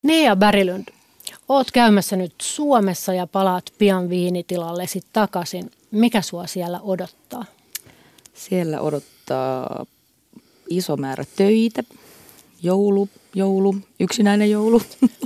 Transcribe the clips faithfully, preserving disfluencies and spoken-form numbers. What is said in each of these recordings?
Nea Berglund, oot käymässä nyt Suomessa ja palaat pian viinitilallesi takaisin. Mikä sua siellä odottaa? Siellä odottaa iso määrä töitä, joulu, joulu, yksinäinen joulu,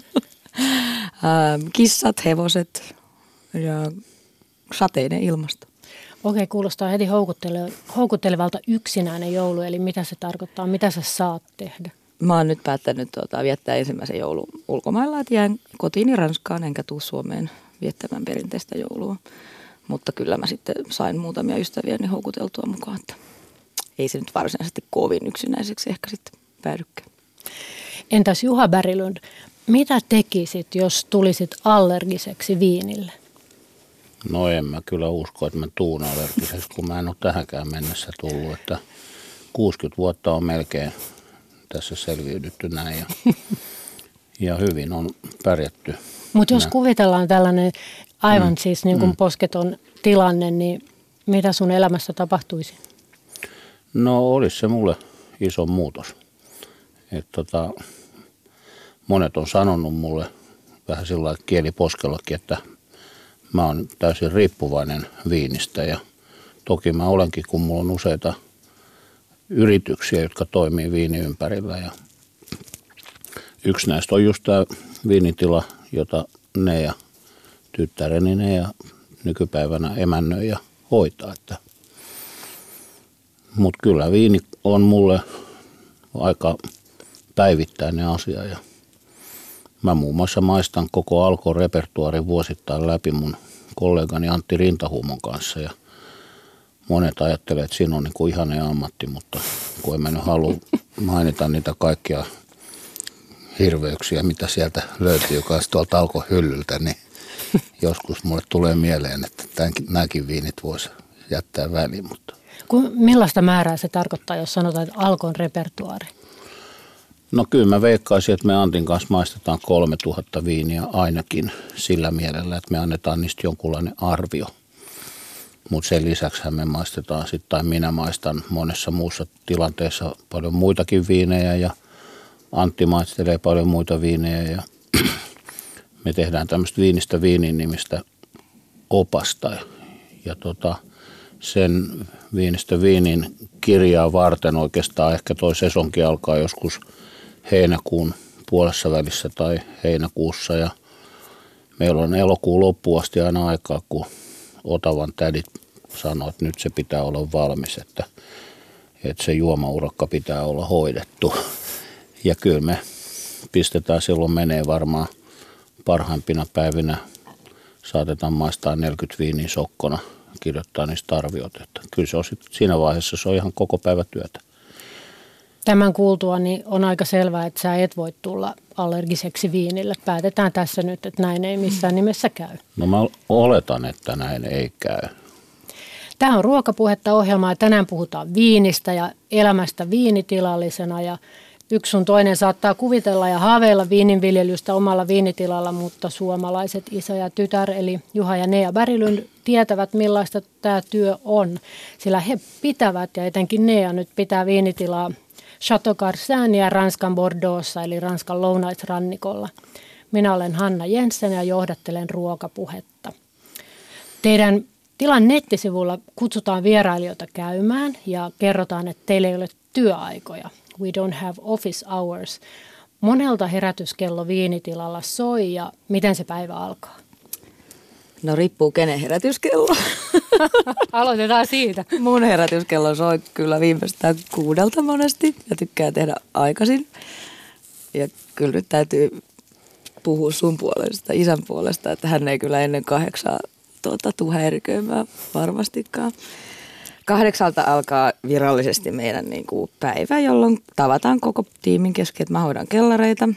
kissat, hevoset ja sateinen ilmasto. Okei, kuulostaa heti houkuttele- houkuttelevalta yksinäinen joulu, eli mitä se tarkoittaa, mitä sä saat tehdä? Mä oon nyt päättänyt tuota, viettää ensimmäisen joulun ulkomailla, että jään kotiini Ranskaan enkä tuu Suomeen viettämään perinteistä joulua. Mutta kyllä mä sitten sain muutamia ystäviäni houkuteltua mukaan, että ei se nyt varsinaisesti kovin yksinäiseksi ehkä sitten päädykään. Entäs Juha Berglund, mitä tekisit, jos tulisit allergiseksi viinille? No en mä kyllä usko, että mä tuun allergiseksi, kun mä en ole tähänkään mennessä tullut, että kuusikymmentä vuotta on melkein tässä selviydytty näin ja, ja hyvin on pärjätty. Mutta jos Nä. kuvitellaan tällainen aivan Mm. siis niin kuin Mm. posketon tilanne, niin mitä sun elämässä tapahtuisi? No olisi se mulle iso muutos. Et tota, monet on sanonut mulle vähän sillä lailla kieliposkellakin, että mä oon täysin riippuvainen viinistä ja toki mä olenkin, kun mulla on useita yrityksiä, jotka toimii viinin ympärillä ja yksi näistä on just tämä viinitila, jota ne ja tyttäreni ne ja nykypäivänä emännöi ja hoitaa. Mutta kyllä viini on mulle aika päivittäinen asia ja mä muun muassa maistan koko Alkon repertuaarin vuosittain läpi mun kollegani Antti Rintahuumon kanssa ja monet ajattelee, että siinä on niin kuin ihana ammatti, mutta kun en mä nyt halua mainita niitä kaikkia hirveyksiä, mitä sieltä löytyy, joka on tuolta Alkon hyllyltä, niin joskus mulle tulee mieleen, että tämänkin, nämäkin viinit voisi jättää väliin. Mutta. Millaista määrää se tarkoittaa, jos sanotaan, että Alkon repertuaari? No kyllä mä veikkaisin, että me Antin kanssa maistetaan kolmetuhatta viiniä ainakin sillä mielellä, että me annetaan niistä jonkunlainen arvio. Mutta sen lisäksi me maistetaan sitten, tai minä maistan monessa muussa tilanteessa paljon muitakin viinejä ja Antti maistelee paljon muita viinejä ja me tehdään tämmöistä viinistä viinin nimistä opasta ja tota, sen viinistä viinin kirjaa varten oikeastaan ehkä toi sesonki alkaa joskus heinäkuun puolessa välissä tai heinäkuussa ja meillä on elokuun loppuun asti aina aikaa, kun Otavan tädit sanoo, että nyt se pitää olla valmis, että, että se juomaurakka pitää olla hoidettu. Ja kyllä me pistetään silloin menee varmaan parhaimpina päivinä, saatetaan maistaa neljäkymmentä viiniä sokkona, kirjoittaa niistä arviot. Että kyllä se on sit, siinä vaiheessa se on ihan koko päivä työtä. Tämän kuultua niin on aika selvää, että sä et voi tulla allergiseksi viinille. Päätetään tässä nyt, että näin ei missään nimessä käy. No mä oletan, että näin ei käy. Tämä on Ruokapuhetta -ohjelma ja tänään puhutaan viinistä ja elämästä viinitilallisena ja yksi sun toinen saattaa kuvitella ja haaveilla viininviljelystä omalla viinitilalla, mutta suomalaiset isä ja tytär eli Juha ja Nea Berglund tietävät millaista tämä työ on, sillä he pitävät ja etenkin Nea nyt pitää viinitilaa Château Carsaignia Ranskan Bordeauxssa eli Ranskan lounaisrannikolla. Minä olen Hanna Jensen ja johdattelen Ruokapuhetta. Teidän tilan nettisivulla kutsutaan vierailijoita käymään ja kerrotaan, että teillä ei ole työaikoja. We don't have office hours. Monelta herätyskello viinitilalla soi ja miten se päivä alkaa? No riippuu kenen herätyskello. Aloitetaan siitä. Mun herätyskello soi kyllä viimeistään kuudelta monesti ja tykkää tehdä aikaisin. Ja kyllä nyt täytyy puhua sun puolesta, isän puolesta, että hän ei kyllä ennen kahdeksaa tuota, tuu häiriköimään varmastikaan. Kahdeksalta alkaa virallisesti meidän niin kuin päivä, jolloin tavataan koko tiimin kesken, että mä hoidan kellareita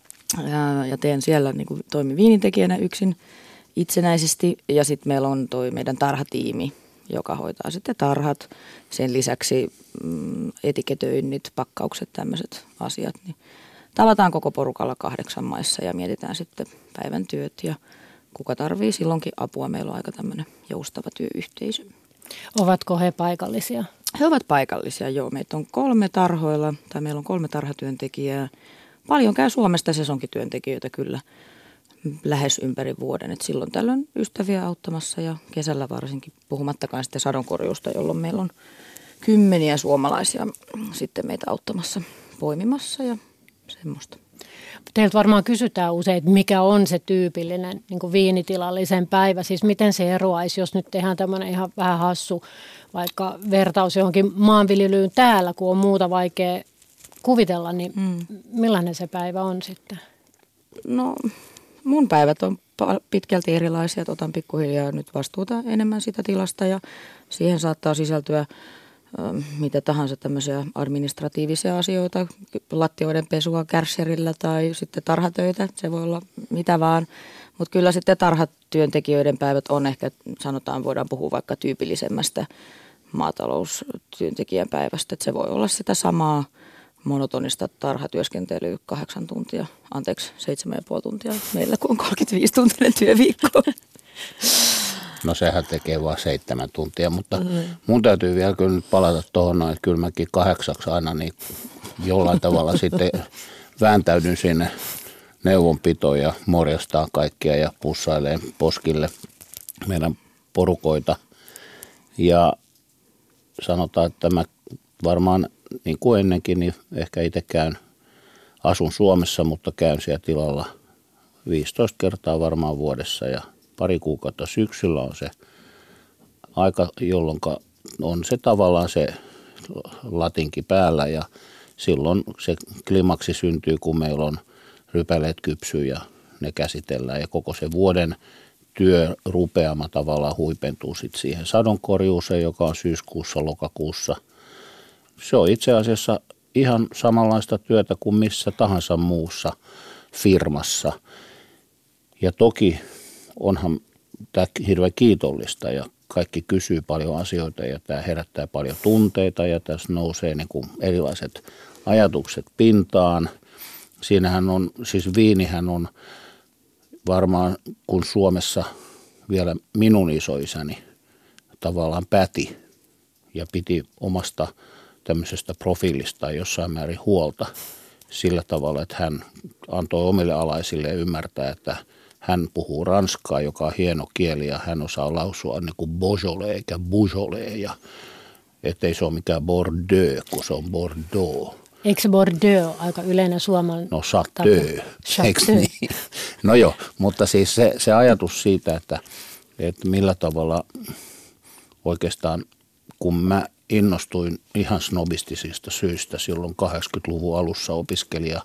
ja, ja teen siellä niin kuin toimin viinintekijänä yksin itsenäisesti. Ja sitten meillä on toi meidän tarhatiimi, joka hoitaa sitten tarhat. Sen lisäksi mm, etiketöinnit, pakkaukset, tämmöiset asiat. Niin tavataan koko porukalla kahdeksan maissa ja mietitään sitten päivän työt ja kuka tarvii silloinkin apua. Meillä on aika tämmöinen joustava työyhteisö. Ovatko he paikallisia? He ovat paikallisia, joo. Meitä on kolme tarhoilla, tai meillä on kolme tarhatyöntekijää, paljon käy Suomesta sesonkityöntekijöitä kyllä lähes ympäri vuoden. Et silloin tällöin ystäviä auttamassa ja kesällä varsinkin puhumattakaan sitten sadonkorjuusta, jolloin meillä on kymmeniä suomalaisia sitten meitä auttamassa, poimimassa ja semmoista. Teiltä varmaan kysytään usein, että mikä on se tyypillinen niin kuin viinitilallisen päivä. Siis miten se eroaisi, jos nyt tehdään tämmöinen ihan vähän hassu vaikka vertaus johonkin maanviljelyyn täällä, kun on muuta vaikea kuvitella, niin mm. millainen se päivä on sitten? No mun päivät on pitkälti erilaisia, että otan pikkuhiljaa nyt vastuuta enemmän sitä tilasta ja siihen saattaa sisältyä mitä tahansa tämmöisiä administratiivisia asioita, lattioiden pesua kärserillä tai sitten tarhatöitä, se voi olla mitä vaan. Mutta kyllä sitten tarhatyöntekijöiden päivät on ehkä, sanotaan, voidaan puhua vaikka tyypillisemmästä maataloustyöntekijän päivästä, että se voi olla sitä samaa monotonista tarhatyöskentelyä kahdeksan tuntia, anteeksi seitsemän ja puoli tuntia meillä, kun on kolmekymmentäviisi tuntinen työviikko. No sehän tekee vain seitsemän tuntia, mutta mm. mun täytyy vielä kyllä nyt palata tuohon, että kyllä mäkin kahdeksaksi aina niin jollain tavalla sitten vääntäydyn sinne neuvonpitoon ja morjastaa kaikkia ja pussailee poskille meidän porukoita. Ja sanotaan, että mä varmaan niin kuin ennenkin, niin ehkä itse käyn, asun Suomessa, mutta käyn siellä tilalla viisitoista kertaa varmaan vuodessa ja pari kuukautta syksyllä on se aika, jolloin on se tavallaan se latinki päällä ja silloin se klimaksi syntyy, kun meillä on rypäleet kypsyy ja ne käsitellään ja koko se vuoden työ rupeama tavallaan huipentuu sitten siihen sadonkorjuuseen, joka on syyskuussa, lokakuussa. Se on itse asiassa ihan samanlaista työtä kuin missä tahansa muussa firmassa ja toki onhan tämä hirveän kiitollista ja kaikki kysyy paljon asioita ja tämä herättää paljon tunteita ja tässä nousee niin kuin erilaiset ajatukset pintaan. Siinähän on, siis viinihän on varmaan, kun Suomessa vielä minun isoisäni tavallaan päti ja piti omasta tämmöisestä profiilista jossain määrin huolta sillä tavalla, että hän antoi omille alaisille ymmärtää, että hän puhuu ranskaa, joka on hieno kieli ja hän osaa lausua niin kuin Beaujolais eikä Beaujolais ja ettei se ole mikään Bordeaux, kun se on Bordeaux. Eikö se Bordeaux ole aika yleinen suomalainen? No Chateau, eikö niin? No joo, mutta siis se, se ajatus siitä, että, että millä tavalla oikeastaan kun mä innostuin ihan snobistisista syistä silloin kahdeksankymmentäluvun alussa opiskelija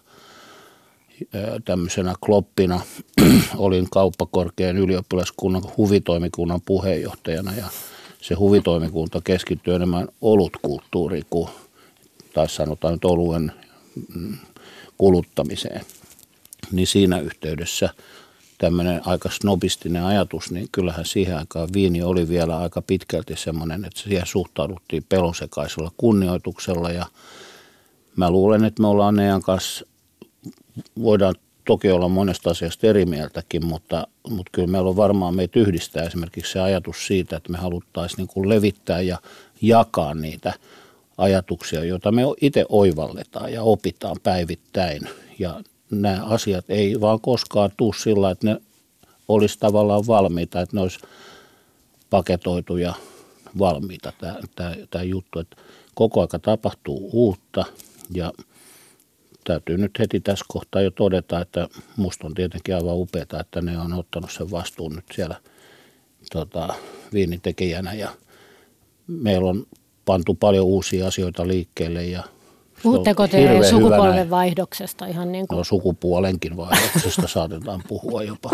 tämmöisenä kloppina, olin kauppakorkean ylioppilaskunnan huvitoimikunnan puheenjohtajana ja se huvitoimikunta keskittyi enemmän olutkulttuuriin kuin, tai sanotaan nyt oluen kuluttamiseen. Niin siinä yhteydessä tämmöinen aika snobistinen ajatus, niin kyllähän siihen aikaan viini oli vielä aika pitkälti semmoinen, että siihen suhtauduttiin pelonsekaisella kunnioituksella ja mä luulen, että me ollaan Nean kanssa, voidaan toki olla monesta asiasta eri mieltäkin, mutta, mutta kyllä meillä on varmaan meitä yhdistää esimerkiksi se ajatus siitä, että me haluttaisiin niin kuin levittää ja jakaa niitä ajatuksia, joita me itse oivalletaan ja opitaan päivittäin. Ja nämä asiat ei vaan koskaan tule sillä, että ne olisi tavallaan valmiita, että ne olisi paketoitu ja valmiita tämä, tämä, tämä juttu. Että koko aika tapahtuu uutta ja täytyy nyt heti tässä kohtaa jo todeta, että musta on tietenkin aivan upeaa, että ne on ottanut sen vastuun nyt siellä tota, viinitekijänä ja meillä on pantu paljon uusia asioita liikkeelle. Ja puhutteko te sukupolven vaihdoksesta ihan niin kuin? No sukupuolenkin vaihdoksesta saatetaan puhua jopa.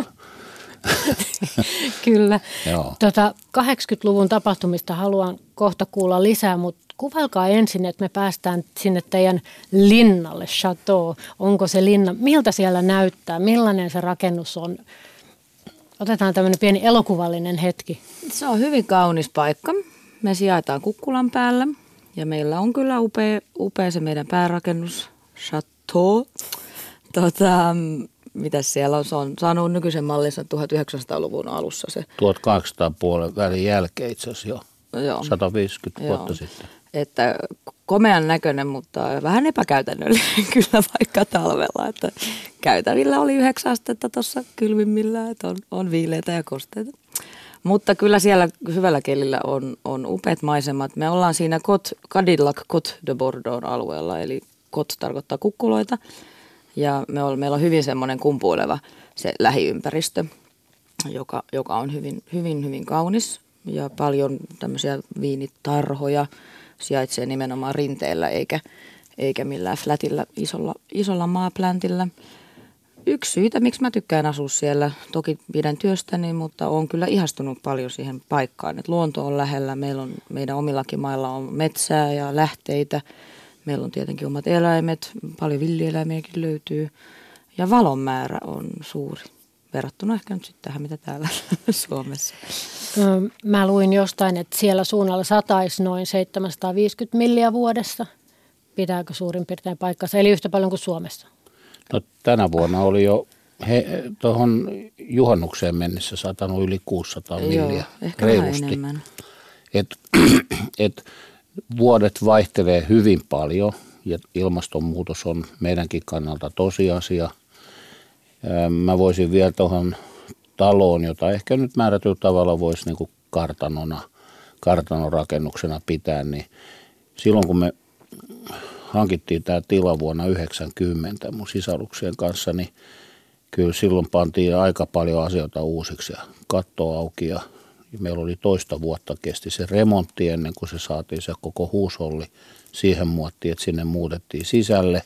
Kyllä. Tota, kahdeksankymmentäluvun tapahtumista haluan kohta kuulla lisää, mutta kuvailkaa ensin, että me päästään sinne teidän linnalle, Chateau. Onko se linna? Miltä siellä näyttää? Millainen se rakennus on? Otetaan tämmöinen pieni elokuvallinen hetki. Se on hyvin kaunis paikka. Me sijaitaan Kukkulan päällä ja meillä on kyllä upea, upea se meidän päärakennus, Chateau. Tota, mitäs siellä on? Se on saanut nykyisen mallinsa tuhatyhdeksänsataaluvun alussa se. tuhatkahdeksansataa puolen välin jälkeen itse asiassa jo. Joo. sata viisikymmentä Joo. vuotta sitten. Että komean näköinen, mutta vähän epäkäytännöllinen kyllä vaikka talvella. Että käytävillä oli yhdeksän astetta tuossa kylmimmillä, että on, on viileitä ja kosteita. Mutta kyllä siellä hyvällä kelillä on, on upeat maisemat. Me ollaan siinä Côte, Cadillac Côte de Bordeaux alueella, eli Côte tarkoittaa kukkuloita. Ja me on, meillä on hyvin semmoinen kumpuileva se lähiympäristö, joka, joka on hyvin, hyvin, hyvin kaunis. Ja paljon tämmöisiä viinitarhoja sijaitsee nimenomaan rinteellä eikä, eikä millään flätillä isolla, isolla maapläntillä. Yksi syitä, miksi mä tykkään asua siellä, toki pidän työstäni, mutta olen kyllä ihastunut paljon siihen paikkaan. Et luonto on lähellä, meillä on, meidän omillakin mailla on metsää ja lähteitä. Meillä on tietenkin omat eläimet, paljon villieläimiäkin löytyy ja valon määrä on suuri. Verrattuna ehkä nyt sitten tähän, mitä täällä Suomessa. Mä luin jostain, että siellä suunnalla sataisi noin seitsemänsataaviisikymmentä milliä vuodessa. Pitääkö suurin piirtein paikkansa, eli yhtä paljon kuin Suomessa? No tänä vuonna oli jo tuohon juhannukseen mennessä satanut yli kuusisataa milliä. Joo, ehkä reilusti. enemmän. Et, et vuodet vaihtelee hyvin paljon ja ilmastonmuutos on meidänkin kannalta tosiasia. Mä voisin vielä tuohon taloon, jota ehkä nyt määrätyllä tavalla voisi niin kuin kartanona, kartanorakennuksena pitää, niin silloin kun me hankittiin tämä tila vuonna yhdeksänkymmentä mun sisaruksien kanssa, niin kyllä silloin pantiin aika paljon asioita uusiksi ja katto auki ja meillä oli toista vuotta kesti se remontti ennen kuin se saatiin se koko huusholli siihen muottiin, että sinne muutettiin sisälle.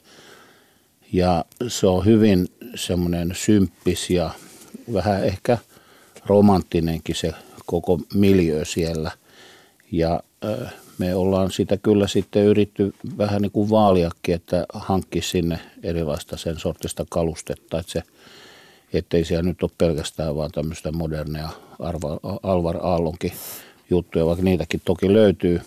Ja se on hyvin semmoinen symppis ja vähän ehkä romanttinenkin se koko miljöö siellä. Ja me ollaan sitä kyllä sitten yritetty vähän niin kuin vaaliakin, että hankkisi sinne erilaista sen sortista kalustetta, että se, ettei siellä nyt ole pelkästään vaan tämmöistä modernia Alvar Aallonkin juttuja, vaikka niitäkin toki löytyy.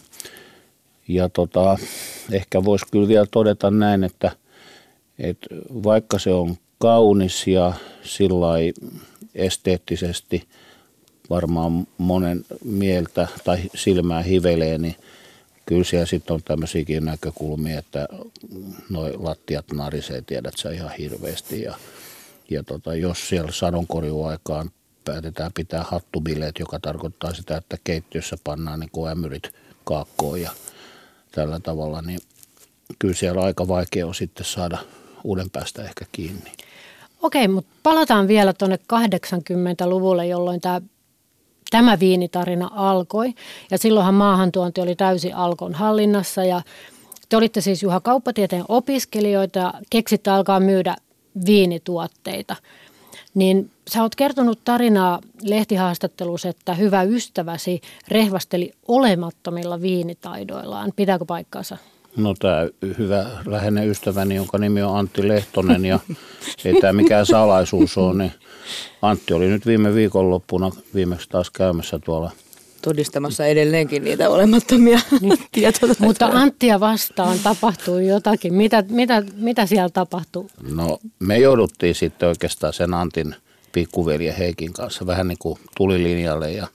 Ja tota, ehkä voisi kyllä vielä todeta näin, että Et vaikka se on kaunis ja sillai esteettisesti varmaan monen mieltä tai silmää hivelee, niin kyllä siellä sitten on tämmöisiäkin näkökulmia, että noi lattiat narisee, tiedät sä ihan hirveästi. Ja, ja tota, jos siellä sadonkorjuaikaan päätetään pitää hattubileet, joka tarkoittaa sitä, että keittiössä pannaan niin kuin ämyrit kaakkoon ja tällä tavalla, niin kyllä siellä aika vaikea on sitten saada uuden päästä ehkä kiinni. Okei, mutta palataan vielä tuonne kahdeksankymmentäluvulle, jolloin tämä, tämä viinitarina alkoi. Ja silloinhan maahantuonti oli täysin Alkon hallinnassa ja te olitte siis Juha kauppatieteen opiskelijoita ja keksitte alkaa myydä viinituotteita. Niin sä oot kertonut tarinaa lehtihaastattelussa, että hyvä ystäväsi rehvasteli olemattomilla viinitaidoillaan. Pitääkö paikkaansa? No tämä hyvä läheinen ystäväni, jonka nimi on Antti Lehtonen ja ei tämä mikään salaisuus ole, niin Antti oli nyt viime viikonloppuna viimeksi taas käymässä tuolla. Todistamassa edelleenkin niitä olemattomia tietoja. Mutta Anttia vastaan tapahtui jotakin. Mitä, mitä, mitä siellä tapahtui? No me jouduttiin sitten oikeastaan sen Antin pikkuveljen Heikin kanssa vähän niin kuin tulilinjalle ja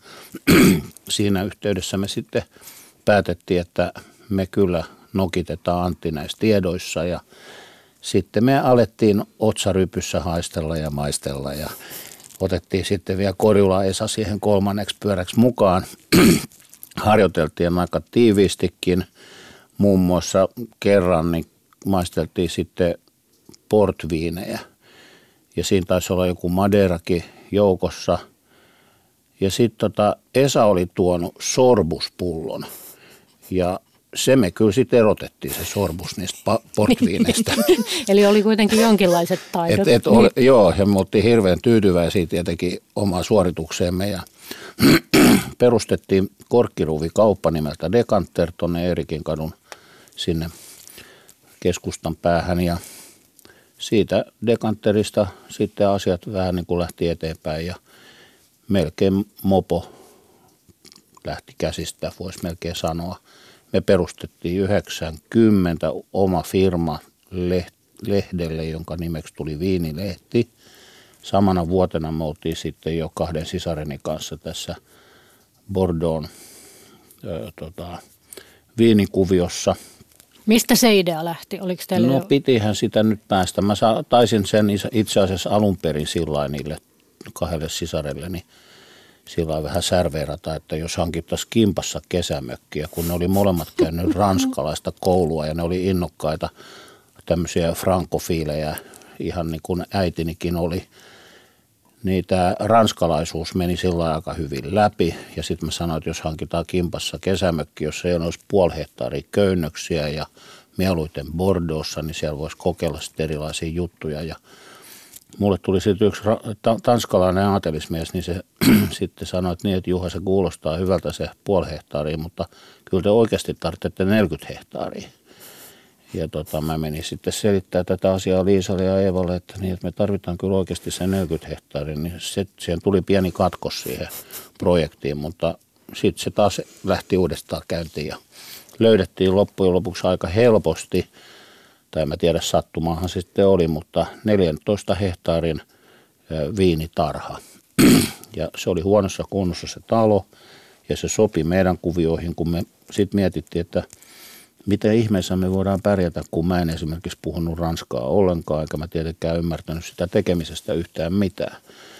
siinä yhteydessä me sitten päätettiin, että me kyllä nokitetaan Antti näissä tiedoissa ja sitten me alettiin otsarypyssä haistella ja maistella ja otettiin sitten vielä Korjula Esa siihen kolmanneksi pyöräksi mukaan. Harjoiteltiin aika tiiviistikin. Muun muassa kerran niin maisteltiin sitten portviinejä ja siinä taisi olla joku Madeirakin joukossa. Ja sitten tota Esa oli tuonut sorbuspullon ja se me kyllä sitten erotettiin se sorbus niistä portviineistä. Eli oli kuitenkin jonkinlaiset taidot. Et, et oli, joo, ja me oltiin hirveän tyytyväisiä tietenkin omaan suoritukseemme ja perustettiin korkkiruuvikauppa nimeltä Decanter tuonne Eerikin kadun sinne keskustan päähän ja siitä Decanterista sitten asiat vähän niin kuin lähti eteenpäin ja melkein mopo lähti käsistä, voisi melkein sanoa. Me perustettiin yhdeksänkymmentä oma firma lehdelle, jonka nimeksi tuli Viinilehti. Samana vuotena me oltiin sitten jo kahden sisareni kanssa tässä Bordeauxn ö, tota, viinikuviossa. Mistä se idea lähti? Oliko teille No jo... pitihän sitä nyt päästä. Mä sa- taisin sen itse asiassa alun perin sillä niille kahdelle sisarelleni sillä vähän särveerata, että jos hankittaisiin kimpassa kesämökkiä, kun ne oli molemmat käynyt ranskalaista koulua ja ne oli innokkaita tämmöisiä frankofiilejä, ihan niin kuin äitinikin oli. Niin tämä ranskalaisuus meni sillä aika hyvin läpi ja sitten mä sanoin, että jos hankitaan kimpassa kesämökki, jos ei olisi puoli hehtaaria köynnöksiä ja mieluiten Bordeauxssa, niin siellä voisi kokeilla sitten erilaisia juttuja. Ja mulle tuli sitten yksi tanskalainen aatelismies, niin se sitten sanoi, että, niin, että Juha, se kuulostaa hyvältä se puoli hehtaaria, mutta kyllä te oikeasti tarvitsette neljäkymmentä hehtaaria. Ja tota, mä menin sitten selittää tätä asiaa Liisalle ja Eevalle, että, niin, että me tarvitaan kyllä oikeasti se neljäkymmentä hehtaaria, niin se, siihen tuli pieni katkos siihen projektiin, mutta sitten se taas lähti uudestaan käyntiin ja löydettiin loppujen lopuksi aika helposti, tai en mä tiedä sattumaahan se sitten oli, mutta neljäntoista hehtaarin viinitarha. Ja se oli huonossa kunnossa se talo ja se sopi meidän kuvioihin, kun me sitten mietittiin, että miten ihmeessä me voidaan pärjätä, kun mä en esimerkiksi puhunut ranskaa ollenkaan, eikä mä tietenkään ymmärtänyt sitä tekemisestä yhtään mitään.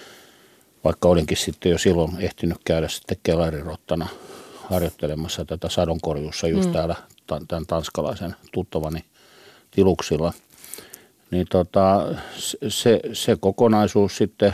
Vaikka olinkin sitten jo silloin ehtinyt käydä sitten kelarirottana harjoittelemassa tätä sadonkorjuussa just mm. täällä tämän tanskalaisen tuttavani tiluksilla. Niin tota, se, se kokonaisuus sitten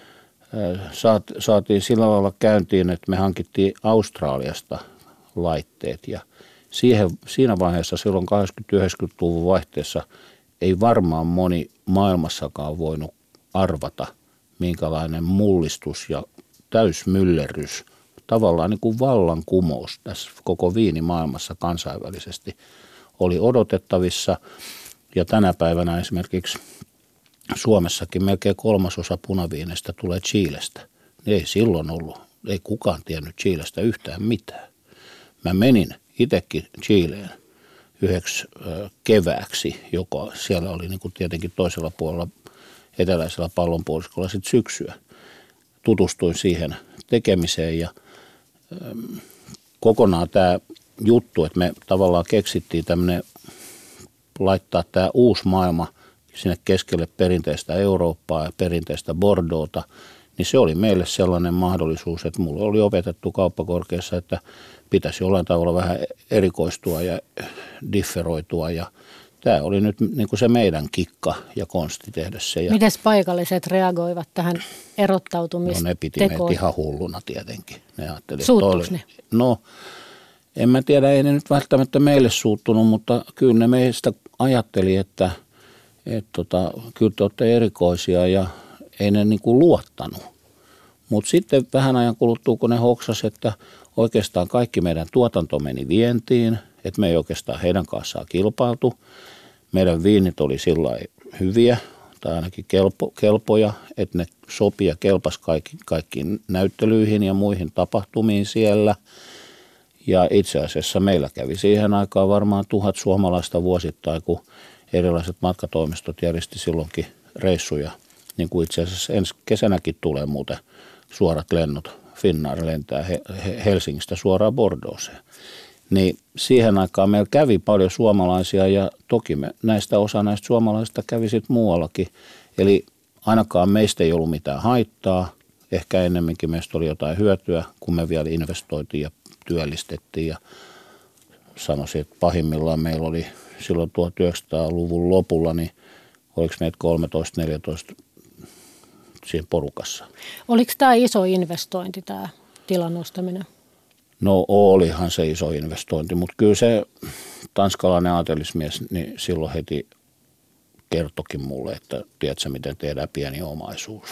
saat, saatiin sillä lailla käyntiin, että me hankittiin Australiasta laitteet ja siihen, siinä vaiheessa silloin kahdeksankymmentä-yhdeksänkymmentäluvun vaihteessa ei varmaan moni maailmassakaan voinut arvata, minkälainen mullistus ja täysmyllerrys, tavallaan niin kuin vallankumous tässä koko viinimaailmassa kansainvälisesti oli odotettavissa. Ja tänä päivänä esimerkiksi Suomessakin melkein kolmasosa punaviinestä tulee Chilestä. Ei silloin ollut, ei kukaan tiennyt Chilestä yhtään mitään. Mä menin itsekin Chileen yhdeksi kevääksi, joka siellä oli niin kuin tietenkin toisella puolella eteläisellä pallonpuoliskolla sitten syksyä. Tutustuin siihen tekemiseen ja ähm, kokonaan tämä juttu, että me tavallaan keksittiin tämmöinen laittaa tämä uusi maailma sinne keskelle perinteistä Eurooppaa ja perinteistä Bordeauxta, niin se oli meille sellainen mahdollisuus, että mulle oli opetettu kauppakorkeassa, että pitäisi jollain tavalla vähän erikoistua ja differoitua ja tämä oli nyt niin kuin se meidän kikka ja konsti tehdä se. Ja mites paikalliset reagoivat tähän erottautumistekoon? No ne piti meitä ihan hulluna tietenkin. Ne suuttuiko ne? No en mä tiedä, ei ne nyt välttämättä meille suuttunut, mutta kyllä ne meistä ajatteli, että et tota, kyllä te olette erikoisia ja ei ne niin kuin luottanut. Mutta sitten vähän ajan kuluttua, kun ne hoksas, että oikeastaan kaikki meidän tuotanto meni vientiin, että me ei oikeastaan heidän kanssaan kilpailtu. Meidän viinit oli sillä hyviä tai ainakin kelpo, kelpoja, että ne sopii ja kelpasi kaikki, kaikkiin näyttelyihin ja muihin tapahtumiin siellä. Ja itse asiassa meillä kävi siihen aikaan varmaan tuhat suomalaista vuosittain, kun erilaiset matkatoimistot järjesti silloinkin reissuja. Niin kuin itse asiassa ensi kesänäkin tulee muuten suorat lennot. Finnair lentää Helsingistä suoraan Bordeauxeen. Niin siihen aikaan meillä kävi paljon suomalaisia ja toki me näistä osa näistä suomalaisista kävi sitten muuallakin. Eli ainakaan meistä ei ollut mitään haittaa. Ehkä ennemminkin meistä oli jotain hyötyä, kun me vielä investoitiin ja työllistettiin. Ja sanoisin, että pahimmillaan meillä oli silloin tuhatyhdeksänsataaluvun lopulla, niin oliko meitä kolmetoista neljätoista siinä porukassa. Oliko tämä iso investointi, tämä tilan ostaminen? No olihan se iso investointi, mutta kyllä se tanskalainen aatelismies niin silloin heti kertokin mulle, että tiedätkö miten tehdään pieni omaisuus.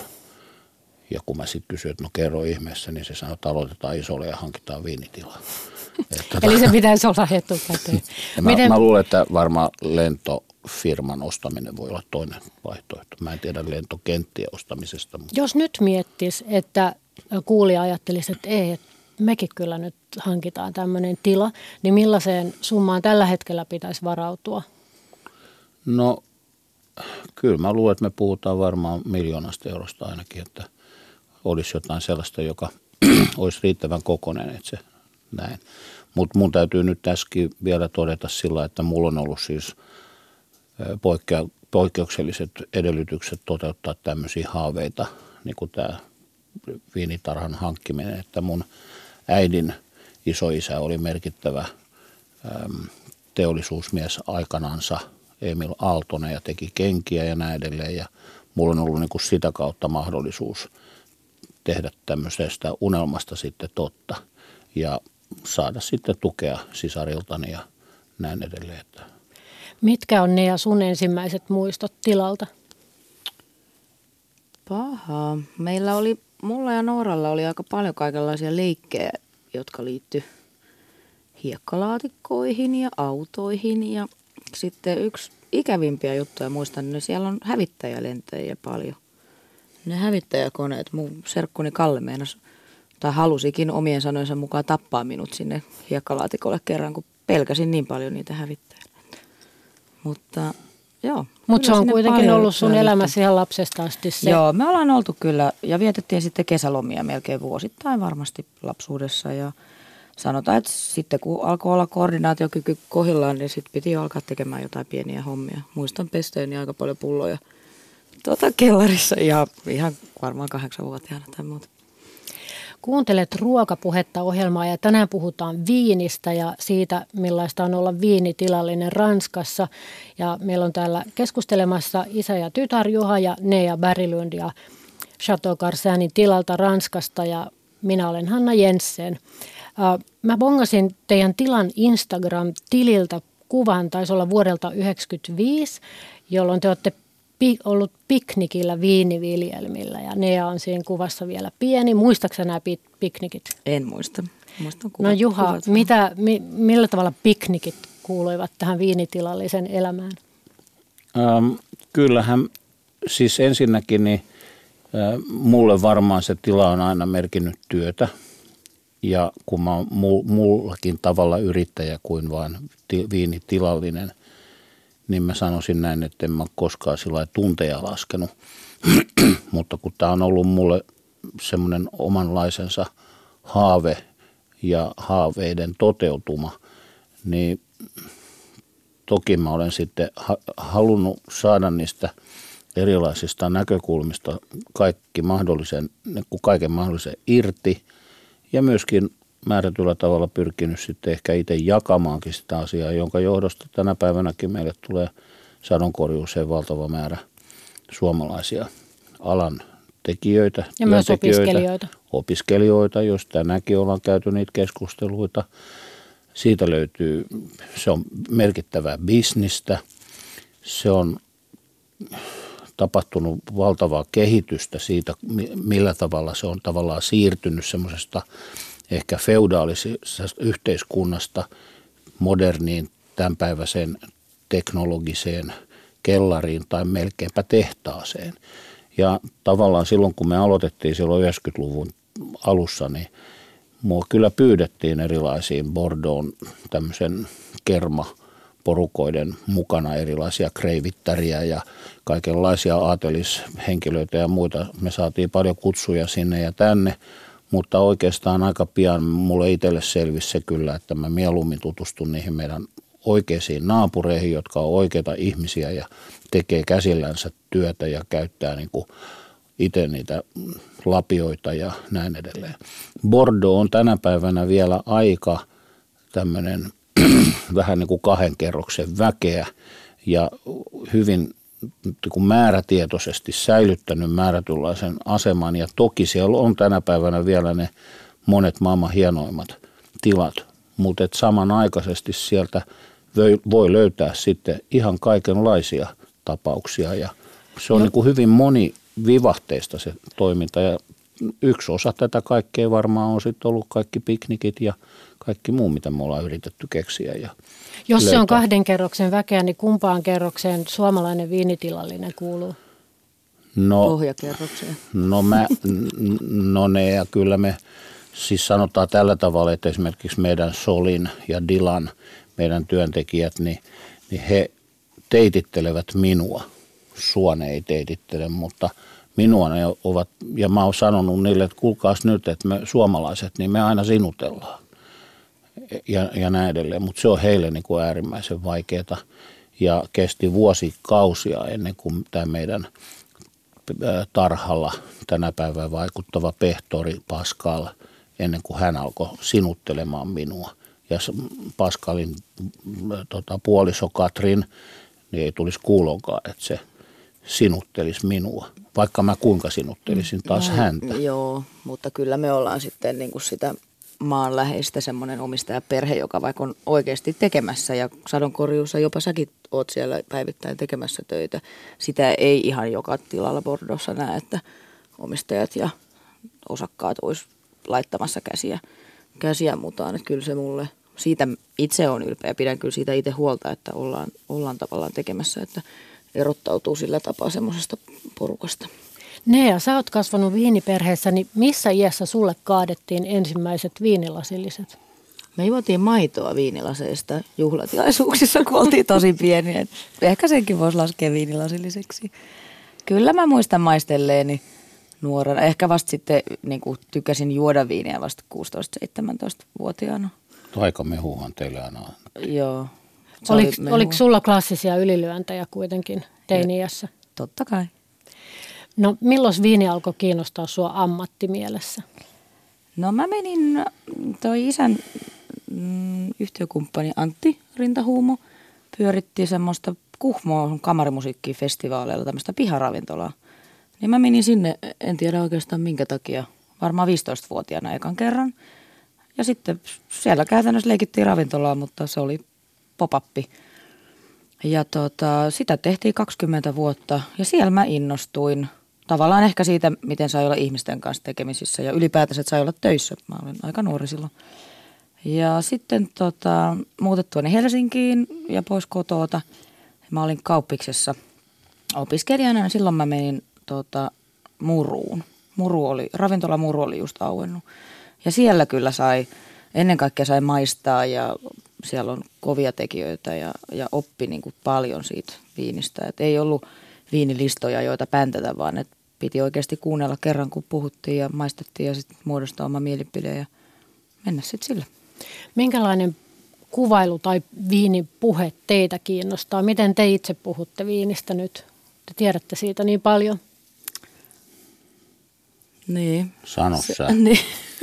Ja kun mä sitten kysyin, että no kerro ihmeessä, niin se sanoi, että aloitetaan isolle ja hankitaan viinitilaa. Eli se pitäisi olla etukäteen. mä, Miten... mä luulen, että varmaan lentofirman ostaminen voi olla toinen vaihtoehto. Mä en tiedä lentokenttien ostamisesta. Mutta... Jos nyt miettisi, että kuulija ajattelisi, että ei, että mekin kyllä nyt hankitaan tämmöinen tila, niin millaiseen summaan tällä hetkellä pitäisi varautua? No kyllä mä luulen, että me puhutaan varmaan miljoonasta eurosta ainakin, että olisi jotain sellaista, joka olisi riittävän kokoinen, että se näin. Mutta mun täytyy nyt tässäkin vielä todeta sillä, että mulla on ollut siis poikkea, poikkeukselliset edellytykset toteuttaa tämmöisiä haaveita, niin kuin tämä viinitarhan hankkiminen, että mun äidin isoisä oli merkittävä äm, teollisuusmies aikanansa, Emil Aaltonen, ja teki kenkiä ja näin edelleen, ja mulla on ollut niin kuin sitä kautta mahdollisuus tehdä tämmöisestä unelmasta sitten totta ja saada sitten tukea sisariltani ja näin edelleen. Mitkä on ne ja sun ensimmäiset muistot tilalta? Paha. Meillä oli, mulla ja Nooralla oli aika paljon kaikenlaisia leikkejä, jotka liittyi hiekkalaatikkoihin ja autoihin. Ja sitten yksi ikävimpiä juttuja muistan, niin siellä on hävittäjälentäjiä paljon. Ne hävittäjäkoneet, mun serkkuni Kalle meinasi, tai halusikin omien sanojensa mukaan tappaa minut sinne hiekkalaatikolle kerran, kun pelkäsin niin paljon niitä hävittäjiä. Mutta joo. Mutta se on kuitenkin ollut sun elämässä ihan lapsesta asti se. Joo, me ollaan oltu kyllä ja vietettiin sitten kesälomia melkein vuosittain varmasti lapsuudessa. Ja sanotaan, että sitten kun alkoi olla koordinaatiokyky kohdillaan, niin sitten piti jo alkaa tekemään jotain pieniä hommia. Muistan pesteeni aika paljon pulloja tuota kellarissa ja ihan varmaan kahdeksanvuotiaana tai muuta. Kuuntelet Ruokapuhetta -ohjelmaa ja tänään puhutaan viinistä ja siitä, millaista on olla viinitilallinen Ranskassa. Ja meillä on täällä keskustelemassa isä ja tytär Juha ja Nea Berglund ja Chateau Carsanin tilalta Ranskasta ja minä olen Hanna Jensen. Mä bongasin teidän tilan Instagram-tililtä kuvan, taisi olla vuodelta yhdeksänkymmentäviisi, jolloin te olette ollut piknikillä viiniviljelmillä ja Nea on siinä kuvassa vielä pieni. Muistatko nämä piknikit? En muista. Muistan kuvat, no Juha, kuvat. Mitä, mi, millä tavalla piknikit kuuluivat tähän viinitilallisen elämään? Ähm, kyllähän siis ensinnäkin niin, äh, mulle varmaan se tila on aina merkinnyt työtä. Ja kun mä oon muullakin tavalla yrittäjä kuin vain ti, viinitilallinen, niin mä sanoisin näin, että en mä koskaan sillä tunteja laskenut. Mutta kun tää on ollut mulle semmoinen omanlaisensa haave ja haaveiden toteutuma, niin toki mä olen sitten ha- halunnut saada niistä erilaisista näkökulmista kaikki mahdollisen, kaiken mahdollisen irti ja myöskin määrätyllä tavalla pyrkinyt sitten ehkä itse jakamaankin sitä asiaa, jonka johdosta tänä päivänäkin meille tulee sadonkorjuuseen valtava määrä suomalaisia alan tekijöitä, ja myös opiskelijoita. Opiskelijoita, jos tänäkin ollaan käyty niitä keskusteluita. Siitä löytyy, se on merkittävää bisnistä, se on tapahtunut valtavaa kehitystä siitä, millä tavalla se on tavallaan siirtynyt semmoisesta ehkä feudaalisesta yhteiskunnasta moderniin tämänpäiväiseen teknologiseen kellariin tai melkeinpä tehtaaseen. Ja tavallaan silloin, kun me aloitettiin silloin yhdeksänkymmentäluvun alussa, niin mua kyllä pyydettiin erilaisiin Bordeauxn tämmöisen kermaporukoiden mukana erilaisia kreivittäriä ja kaikenlaisia aatelishenkilöitä ja muita. Me saatiin paljon kutsuja sinne ja tänne. Mutta oikeastaan aika pian mulle itselle selvisi se kyllä, että mä mieluummin tutustun niihin meidän oikeisiin naapureihin, jotka on oikeita ihmisiä ja tekee käsillänsä työtä ja käyttää niin kuin itse niitä lapioita ja näin edelleen. Bordeaux on tänä päivänä vielä aika tämmöinen vähän niin kuin kahden kerroksen väkeä ja hyvin niin määrätietoisesti säilyttänyt määrätynlaisen aseman ja toki siellä on tänä päivänä vielä ne monet maailman hienoimmat tilat, mutta et samanaikaisesti sieltä voi löytää sitten ihan kaikenlaisia tapauksia ja se on no. niin kuin hyvin monivivahteista se toiminta ja yksi osa tätä kaikkea varmaan on sitten ollut kaikki piknikit ja kaikki muu, mitä me ollaan yritetty keksiä. Ja Jos löytää. Se on kahden kerroksen väkeä, niin kumpaan kerrokseen suomalainen viinitilallinen kuuluu? No, pohjakerrokseen. No, mä, no ne ja kyllä me siis sanotaan tällä tavalla, että esimerkiksi meidän Solin ja Dilan, meidän työntekijät, niin, niin he teitittelevät minua. Suone ei teitittele, mutta minua ne ovat, ja mä oon sanonut niille, että kuulkaas nyt, että me suomalaiset, niin me aina sinutellaan. ja, ja näin edelleen. Mutta se on heille niin kuin äärimmäisen vaikeaa ja kesti vuosikausia ennen kuin tämä meidän tarhalla tänä päivänä vaikuttava pehtori Pascal, ennen kuin hän alkoi sinuttelemaan minua. Ja Pascalin tota, puoliso Katrin, niin ei tulisi kuulonkaan, että se sinuttelisi minua, vaikka mä kuinka sinuttelisin taas no, häntä. Joo, mutta kyllä me ollaan sitten niin kuin sitä maanläheistä semmoinen omistajaperhe, joka vaikka on oikeasti tekemässä ja sadonkorjuussa jopa säkin oot siellä päivittäin tekemässä töitä. Sitä ei ihan joka tilalla Bordeauxssa näe, että omistajat ja osakkaat olisi laittamassa käsiä, käsiä mutaan. Että kyllä se mulle, siitä itse on ylpeä. Pidän kyllä siitä itse huolta, että ollaan, ollaan tavallaan tekemässä, että erottautuu sillä tapaa semmoisesta porukasta. Nea, sä oot kasvanut viiniperheessä, niin missä iässä sulle kaadettiin ensimmäiset viinilasilliset? Me juotiin maitoa viinilaseista juhlatilaisuuksissa, kun oltiin tosi pieniä. Ehkä senkin voisi laskea viinilasilliseksi. Kyllä mä muistan maistelleeni nuorena. Ehkä vasta sitten niin kuin tykäsin juoda viiniä vasta kuusitoista-seitsemäntoista-vuotiaana. Taikamehuhan teille aina on. Joo. Oliko, oliko sulla klassisia ylilyöntejä kuitenkin teini-iässä? Totta kai. No milloin viini alkoi kiinnostaa sua ammattimielessä? No mä menin, toi isän mm, yhtiökumppani Antti Rintahuumo pyöritti semmoista Kuhmoon kamarimusiikkifestivaaleilla tämmöistä piharavintolaa. Niin mä menin sinne, en tiedä oikeastaan minkä takia, varmaan viisitoistavuotiaana ekan kerran. Ja sitten siellä käytännössä leikittiin ravintolaa, mutta se oli pop-appi. Ja tota, sitä tehtiin kaksikymmentä vuotta ja siellä mä innostuin tavallaan ehkä siitä, miten sai olla ihmisten kanssa tekemisissä ja ylipäätänsä, että sai olla töissä. Mä olin aika nuori silloin. Ja sitten tota, muutettuani Helsinkiin ja pois kotoota. Mä olin kauppiksessa opiskelijana ja silloin mä menin tota, Muruun. Muru oli, ravintola Muru oli just auennut. Ja siellä kyllä sai, ennen kaikkea sai maistaa ja siellä on kovia tekijöitä ja, ja oppi niin kuin paljon siitä viinistä. Et ei ollut viinilistoja, joita päntätä, vaan et piti oikeasti kuunnella kerran, kun puhuttiin ja maistettiin ja sitten muodostaa oma mielipide ja mennä sitten sillä. Minkälainen kuvailu tai viinipuhe teitä kiinnostaa? Miten te itse puhutte viinistä nyt? Te tiedätte siitä niin paljon. Niin. Sano se, sä. Niin.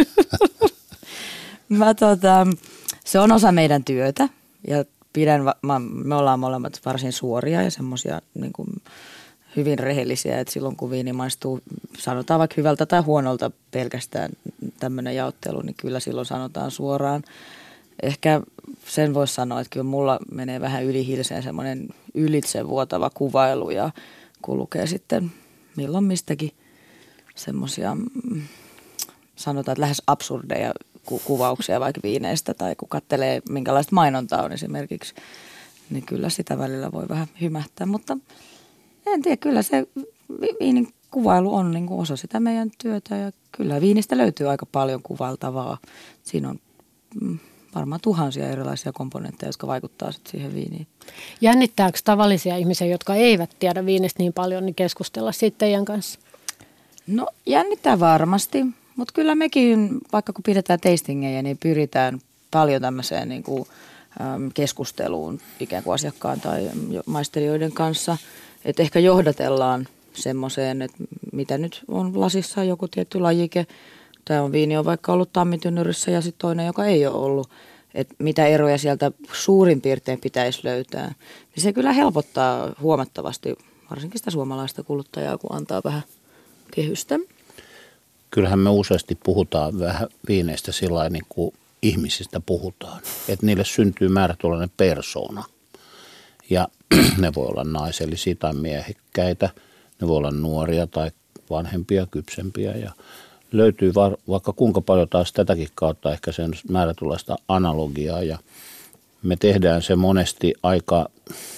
Mä tota... Se on osa meidän työtä ja pidän, me ollaan molemmat varsin suoria ja semmoisia niin kuin hyvin rehellisiä, että silloin kun viini maistuu, sanotaan vaikka hyvältä tai huonolta pelkästään tämmöinen jaottelu, niin kyllä silloin sanotaan suoraan. Ehkä sen voisi sanoa, että kyllä mulla menee vähän ylihilseen semmoinen ylitsevuotava kuvailu ja kun lukee sitten milloin mistäkin semmoisia, sanotaan, että lähes absurdeja kuvauksia vaikka viineistä tai kun katselee minkälaista mainontaa on esimerkiksi, niin kyllä sitä välillä voi vähän hymähtää. Mutta en tiedä, kyllä se viinin kuvailu on niin kuin osa sitä meidän työtä ja kyllä viinistä löytyy aika paljon kuvailtavaa. Siinä on varmaan tuhansia erilaisia komponentteja, jotka vaikuttaa sitten siihen viiniin. Jännittääkö tavallisia ihmisiä, jotka eivät tiedä viinistä niin paljon, niin keskustella siitä teidän kanssa? No jännittää varmasti. Mutta kyllä mekin, vaikka kun pidetään tastingeja, niin pyritään paljon tämmöiseen niin kuin, äm, keskusteluun ikään kuin asiakkaan tai maistelijoiden kanssa. Että ehkä johdatellaan semmoiseen, että mitä nyt on lasissa joku tietty lajike. Tai on viini on vaikka ollut tammitynnyrissä ja sitten toinen, joka ei ole ollut. Että mitä eroja sieltä suurin piirtein pitäisi löytää. Niin se kyllä helpottaa huomattavasti, varsinkin sitä suomalaista kuluttajaa, kun antaa vähän kehystä. Kyllähän me useasti puhutaan vähän viineistä sillä niin kuin ihmisistä puhutaan. Että niille syntyy määrätynlainen persoona. Ja ne voi olla naisellisia tai miehikkäitä. Ne voi olla nuoria tai vanhempia, kypsempiä. Ja löytyy va- vaikka kuinka paljon taas tätäkin kautta ehkä sen määrätynlaista analogiaa. Ja me tehdään se monesti aika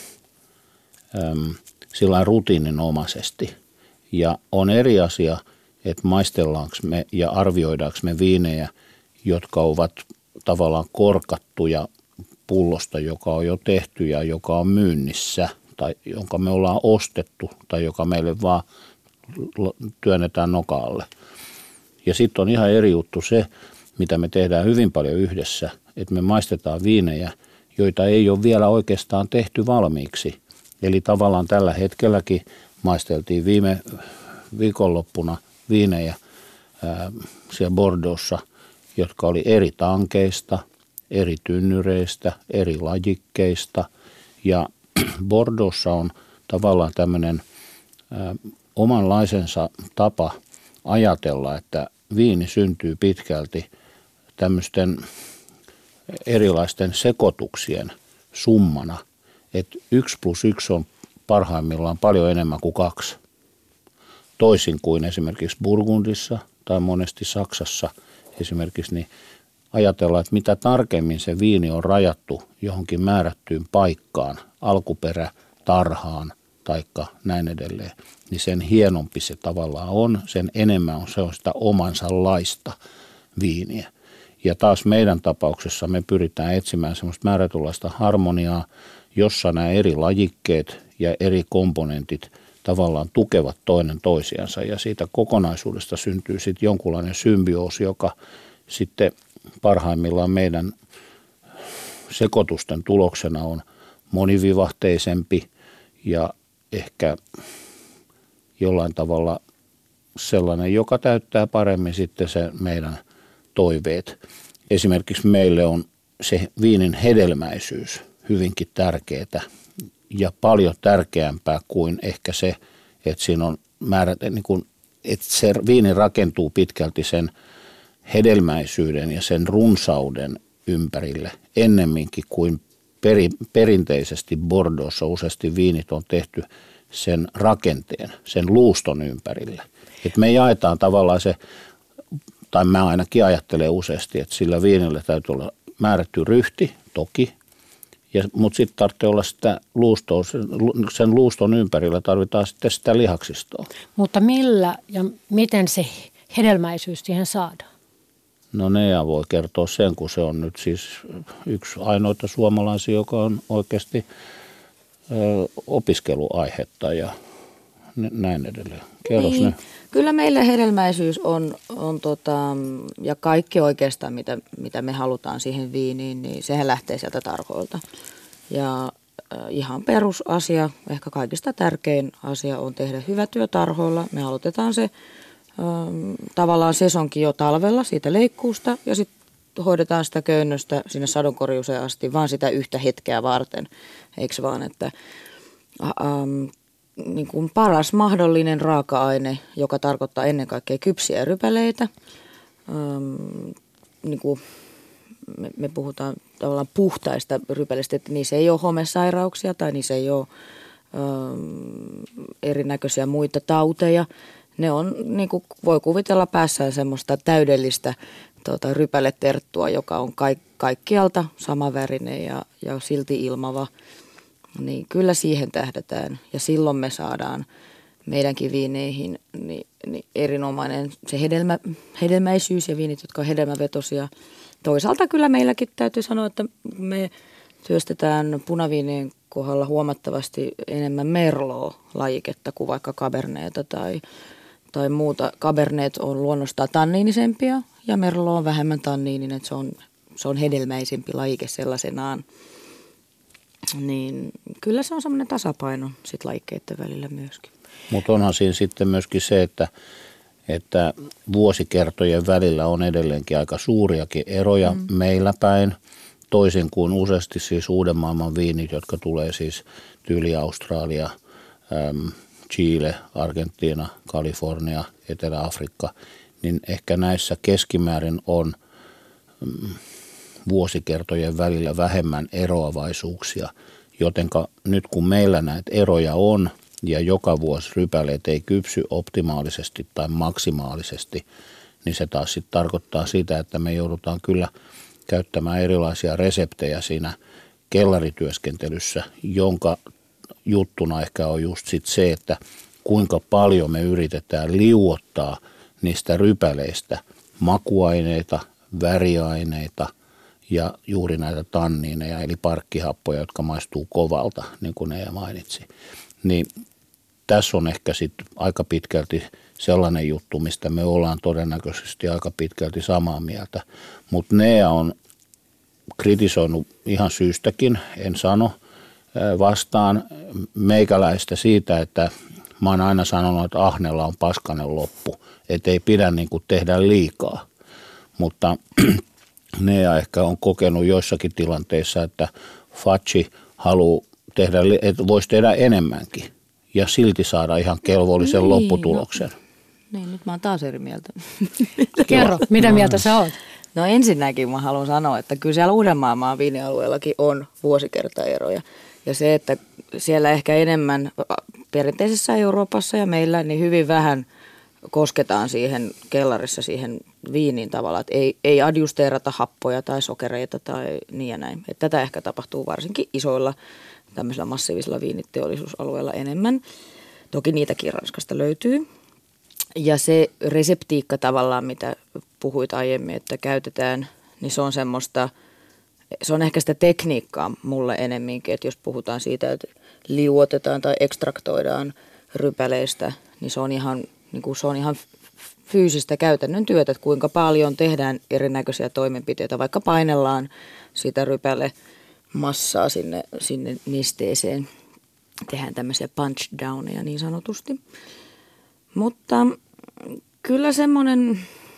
äm, sillain rutiininomaisesti. Ja on eri asia, että maistellaanko me ja arvioidaanko me viinejä, jotka ovat tavallaan korkattuja pullosta, joka on jo tehty ja joka on myynnissä tai jonka me ollaan ostettu tai joka meille vaan työnnetään nokaalle. Ja sitten on ihan eri juttu se, mitä me tehdään hyvin paljon yhdessä, että me maistetaan viinejä, joita ei ole vielä oikeastaan tehty valmiiksi. Eli tavallaan tällä hetkelläkin maisteltiin viime viikonloppuna viinejä ää, siellä Bordeauxssa, jotka oli eri tankeista, eri tynnyreistä, eri lajikkeista. Ja Bordeauxssa on tavallaan tämmöinen ää, omanlaisensa tapa ajatella, että viini syntyy pitkälti tämmöisten erilaisten sekoituksien summana, että yksi plus yksi on parhaimmillaan paljon enemmän kuin kaksi. Toisin kuin esimerkiksi Burgundissa tai monesti Saksassa esimerkiksi, niin ajatellaan, että mitä tarkemmin se viini on rajattu johonkin määrättyyn paikkaan, alkuperä, tarhaan taikka näin edelleen, niin sen hienompi se tavallaan on, sen enemmän on se on sitä omansa laista viiniä. Ja taas meidän tapauksessa me pyritään etsimään semmoista määrätynlaista harmoniaa, jossa nämä eri lajikkeet ja eri komponentit tavallaan tukevat toinen toisiansa. Ja siitä kokonaisuudesta syntyy sitten jonkunlainen symbioosi, joka sitten parhaimmillaan meidän sekoitusten tuloksena on monivivahteisempi ja ehkä jollain tavalla sellainen, joka täyttää paremmin sitten se meidän toiveet. Esimerkiksi meille on se viinin hedelmäisyys hyvinkin tärkeää ja paljon tärkeämpää kuin ehkä se, että siinä on määrät, niin kuin, että se viini rakentuu pitkälti sen hedelmäisyyden ja sen runsauden ympärille ennemminkin kuin peri, perinteisesti Bordeauxssa useasti viinit on tehty sen rakenteen, sen luuston ympärille. Että me jaetaan tavallaan se, tai mä ainakin ajattelen useasti, että sillä viinillä täytyy olla määrätty ryhti, toki, ja, mutta sitten tarvitsee olla sitä luustoa, sen luuston ympärillä tarvitaan sitten sitä lihaksistoa. Mutta millä ja miten se hedelmäisyys siihen saadaan? No Nea voi kertoa sen, kun se on nyt siis yksi ainoita suomalaisia, joka on oikeasti ö, opiskeluaihetta ja näin edelleen. Kerros niin. Ne. Kyllä meillä hedelmäisyys on, on tota, ja kaikki oikeastaan, mitä, mitä me halutaan siihen viiniin, niin sehän lähtee sieltä tarhoilta. Ja äh, ihan perusasia, ehkä kaikista tärkein asia on tehdä hyvä työ tarhoilla. Me aloitetaan se ähm, tavallaan sesonkin jo talvella siitä leikkuusta ja sitten hoidetaan sitä köynnöstä sinne sadonkorjuuseen asti, vaan sitä yhtä hetkeä varten. Eikö vaan, että ähm, niin kuin paras mahdollinen raaka-aine, joka tarkoittaa ennen kaikkea kypsiä rypäleitä. Ähm, niin kuin me, me puhutaan tavallaan puhtaista rypäleistä, että niissä ei ole homesairauksia tai niissä ei ole ähm, erinäköisiä muita tauteja. Ne on, niin kuin voi kuvitella päässään semmoista täydellistä tota, rypäleterttua, joka on kaik, kaikkialta samanvärinen ja, ja silti ilmava. Niin kyllä siihen tähdätään ja silloin me saadaan meidänkin viineihin niin, niin erinomainen se hedelmä, hedelmäisyys ja viinit, jotka on hedelmävetosia. Toisaalta kyllä meilläkin täytyy sanoa, että me työstetään punaviinien kohdalla huomattavasti enemmän merlot-lajiketta kuin vaikka caberneeta tai, tai muuta. Cabernet on luonnostaan tanniinisempia ja merlot on vähemmän tanniininen, että se on, se on hedelmäisempi lajike sellaisenaan. Niin kyllä se on semmoinen tasapaino sit lajikkeiden välillä myöskin. Mutta onhan siinä sitten myöskin se, että, että vuosikertojen välillä on edelleenkin aika suuriakin eroja mm. meillä päin. Toisin kuin useasti siis uuden maailman viinit, jotka tulee siis tyyli Australia, äm, Chile, Argentiina, Kalifornia, Etelä-Afrikka, niin ehkä näissä keskimäärin on mm, vuosikertojen välillä vähemmän eroavaisuuksia, jotenka nyt kun meillä näitä eroja on ja joka vuosi rypäleet ei kypsy optimaalisesti tai maksimaalisesti, niin se taas sitten tarkoittaa sitä, että me joudutaan kyllä käyttämään erilaisia reseptejä siinä kellarityöskentelyssä, jonka juttuna ehkä on just sit se, että kuinka paljon me yritetään liuottaa niistä rypäleistä makuaineita, väriaineita ja juuri näitä tanniineja, eli parkkihappoja, jotka maistuu kovalta, niin kuin Nea mainitsi. Niin tässä on ehkä sitten aika pitkälti sellainen juttu, mistä me ollaan todennäköisesti aika pitkälti samaa mieltä. Mutta Nea on kritisoinut ihan syystäkin, en sano, vastaan meikäläistä siitä, että mä oon aina sanonut, että ahnella on paskanen loppu, että ei pidä niin kuin tehdä liikaa, mutta ne ehkä on kokenut joissakin tilanteissa, että Facci haluaa tehdä, että voisi tehdä enemmänkin ja silti saada ihan kelvollisen niin, lopputuloksen. No, niin, nyt mä oon taas eri mieltä. Kerro, mitä mieltä sä oot? No ensinnäkin mä haluan sanoa, että kyllä siellä Uudenmaan viinialueellakin on vuosikertaeroja. Ja se, että siellä ehkä enemmän perinteisessä Euroopassa ja meillä, niin hyvin vähän kosketaan siihen kellarissa siihen viiniin tavallaan, että ei, ei adjusteerata happoja tai sokereita tai niin ja näin. Että tätä ehkä tapahtuu varsinkin isoilla tämmöisillä massiivisilla viiniteollisuusalueilla enemmän. Toki niitäkin Ranskasta löytyy. Ja se reseptiikka tavallaan, mitä puhuit aiemmin, että käytetään, niin se on semmoista, se on ehkä sitä tekniikkaa mulle enemminkin, että jos puhutaan siitä, että liuotetaan tai ekstraktoidaan rypäleistä, niin se on ihan, niin kuin se on ihan fyysistä käytännön työtä, että kuinka paljon tehdään erinäköisiä toimenpiteitä, vaikka painellaan sitä rypälemassaa sinne, sinne nisteeseen, tehdään tämmöisiä punch downeja niin sanotusti. Mutta kyllä semmoinen,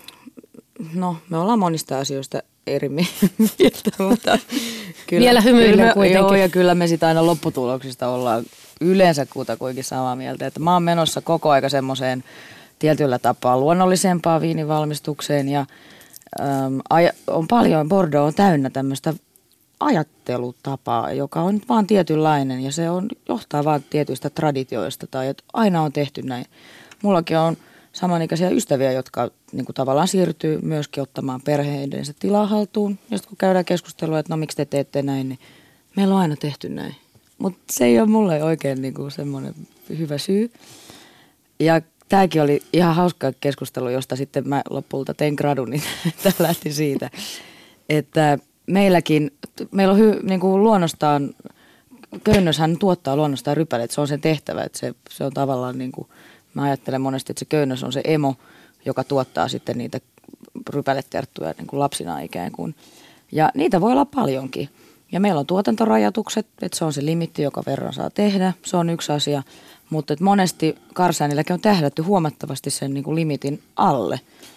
no me ollaan monista asioista eri mieltä, mutta kyllä, vielä hymyillen kuitenkin. Joo, ja kyllä me sitä aina lopputuloksista ollaan yleensä kutakuinkin samaa mieltä, että mä oon menossa koko aika semmoiseen tietyllä tapaa luonnollisempaan viinivalmistukseen ja äm, aj- on paljon, Bordeaux on täynnä tämmöistä ajattelutapaa, joka on vaan tietynlainen ja se on, johtaa vaan tietyistä traditioista tai että aina on tehty näin. Mullakin on samanikäisiä ystäviä, jotka niin kuin tavallaan siirtyy myöskin ottamaan perheidensä tilaa haltuun. Ja sitten kun käydään keskustelua, että no miksi te teette näin, niin meillä on aina tehty näin. Mutta se ei ole mulle oikein niin kuin semmoinen hyvä syy. Ja tämäkin oli ihan hauska keskustelu, josta sitten mä lopulta tein gradun, niin tämä lähti siitä, että meilläkin, meillä on hy, niin kuin luonnostaan, köynnöshän tuottaa luonnostaan rypäleet, se on sen tehtävä, että se, se on tavallaan niin kuin, mä ajattelen monesti, että se köynnös on se emo, joka tuottaa sitten niitä rypäleterttuja niin kuin lapsina ikään kuin. Ja niitä voi olla paljonkin. Ja meillä on tuotantorajoitukset, että se on se limitti, joka verran saa tehdä. Se on yksi asia. Mutta että monesti karsainilläkin on tähdätty huomattavasti sen niin kuin limitin alle.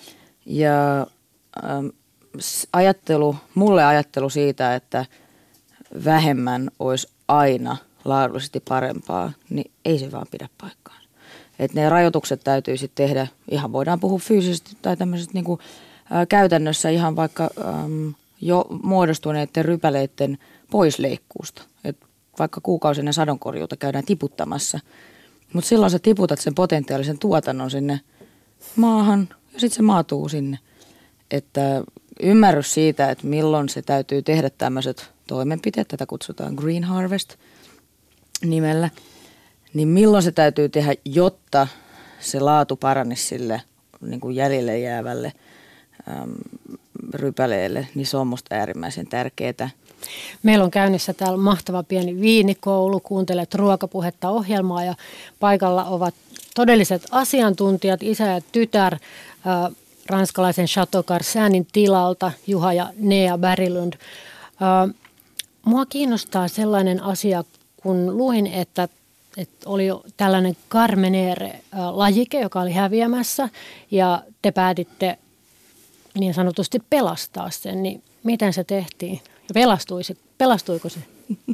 Ja ähm, ajattelu, mulle ajattelu siitä, että vähemmän olisi aina laadullisesti parempaa, niin ei se vaan pidä paikkaa. Että ne rajoitukset täytyy sitten tehdä, ihan voidaan puhua fyysisesti tai tämmöisestä niinku, ä, käytännössä ihan vaikka äm, jo muodostuneiden rypäleiden poisleikkuusta. Et vaikka kuukausinen sadonkorjuuta käydään tiputtamassa, mutta silloin sä tiputat sen potentiaalisen tuotannon sinne maahan ja sitten se maatuu sinne. Että ymmärrys siitä, että milloin se täytyy tehdä tämmöiset toimenpiteet, tätä kutsutaan Green Harvest nimellä, niin milloin se täytyy tehdä, jotta se laatu paranisi sille niin kuin jäljelle jäävälle äm, rypäleelle, niin se on musta äärimmäisen tärkeää. Meillä on käynnissä täällä mahtava pieni viinikoulu, kuuntelet Ruokapuhetta -ohjelmaa ja paikalla ovat todelliset asiantuntijat, isä ja tytär, äh, ranskalaisen Chateau Carsainin tilalta, Juha ja Nea Berglund. Äh, mua kiinnostaa sellainen asia, kun luin, että että oli tällainen Carmenere-lajike, joka oli häviämässä ja te päätitte niin sanotusti pelastaa sen, niin miten se tehtiin? Ja pelastuisi, pelastuiko se?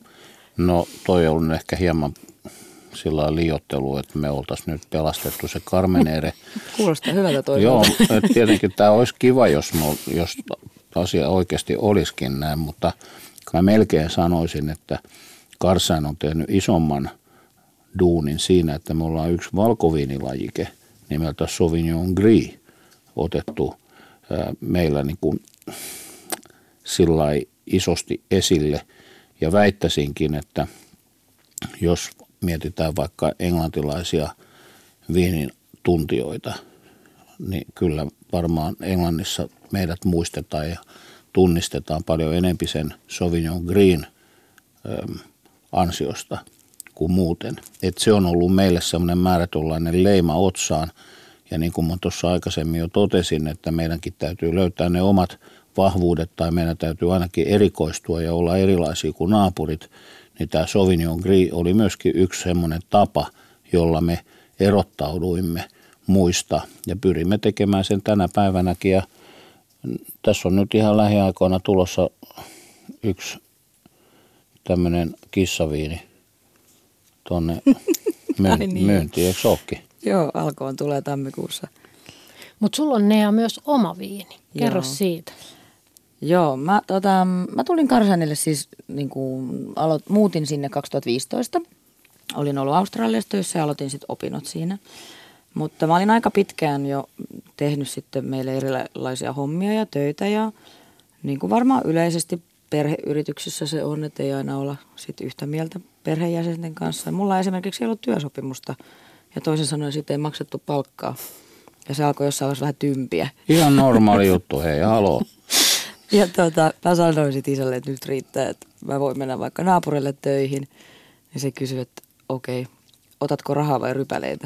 No toi on ehkä hieman sillä liiottelu, että me oltaisiin nyt pelastettu se Carmenere. Kuulostaa hyvältä toivon. Joo, tietenkin tämä olisi kiva, jos, me, jos asia oikeasti olisikin näin, mutta mä melkein sanoisin, että Carsain on tehnyt isomman duunin siinä, että me ollaan yksi valkoviinilajike nimeltä Sauvignon Gris otettu ää, meillä niin kuin sillai isosti esille. Ja väittäisinkin, että jos mietitään vaikka englantilaisia viinin tuntijoita, niin kyllä varmaan Englannissa meidät muistetaan ja tunnistetaan paljon enempi sen Sauvignon Grisin ää, ansiosta kuin muuten. Et se on ollut meille semmoinen määrätynlainen leima otsaan. Ja niin kuin mä tuossa aikaisemmin jo totesin, että meidänkin täytyy löytää ne omat vahvuudet tai meidän täytyy ainakin erikoistua ja olla erilaisia kuin naapurit, niin tämä Sauvignon Gris oli myöskin yksi semmoinen tapa, jolla me erottauduimme muista ja pyrimme tekemään sen tänä päivänäkin. Ja tässä on nyt ihan lähiaikoina tulossa yksi tämmöinen kissaviini tuonne myyn- niin. myyntiin, eikö olekin? Joo, alkoon tulee tammikuussa. Mutta sulla on Nea myös oma viini. Kerro Joo. siitä. Joo, mä, tota, mä tulin Karsanille siis, niin kuin, aloit, muutin sinne kaksituhattaviisitoista. Olin ollut Australiassa töissä ja aloitin sitten opinnot siinä. Mutta mä olin aika pitkään jo tehnyt sitten meille erilaisia hommia ja töitä ja niin kuin varmaan yleisesti perheyrityksissä se on, että ei aina olla sit yhtä mieltä perheenjäsenten kanssa. Mulla esimerkiksi ei ollut työsopimusta ja toisin sanoen siitä ei maksettu palkkaa ja se alkoi jossain vaiheessa vähän tympiä. Ihan normaali juttu, hei, haloo. Ja tota, mä sanoin sitten isälle, että nyt riittää, että mä voin mennä vaikka naapurille töihin. Ja se kysyi, että okei, otatko rahaa vai rypäleitä?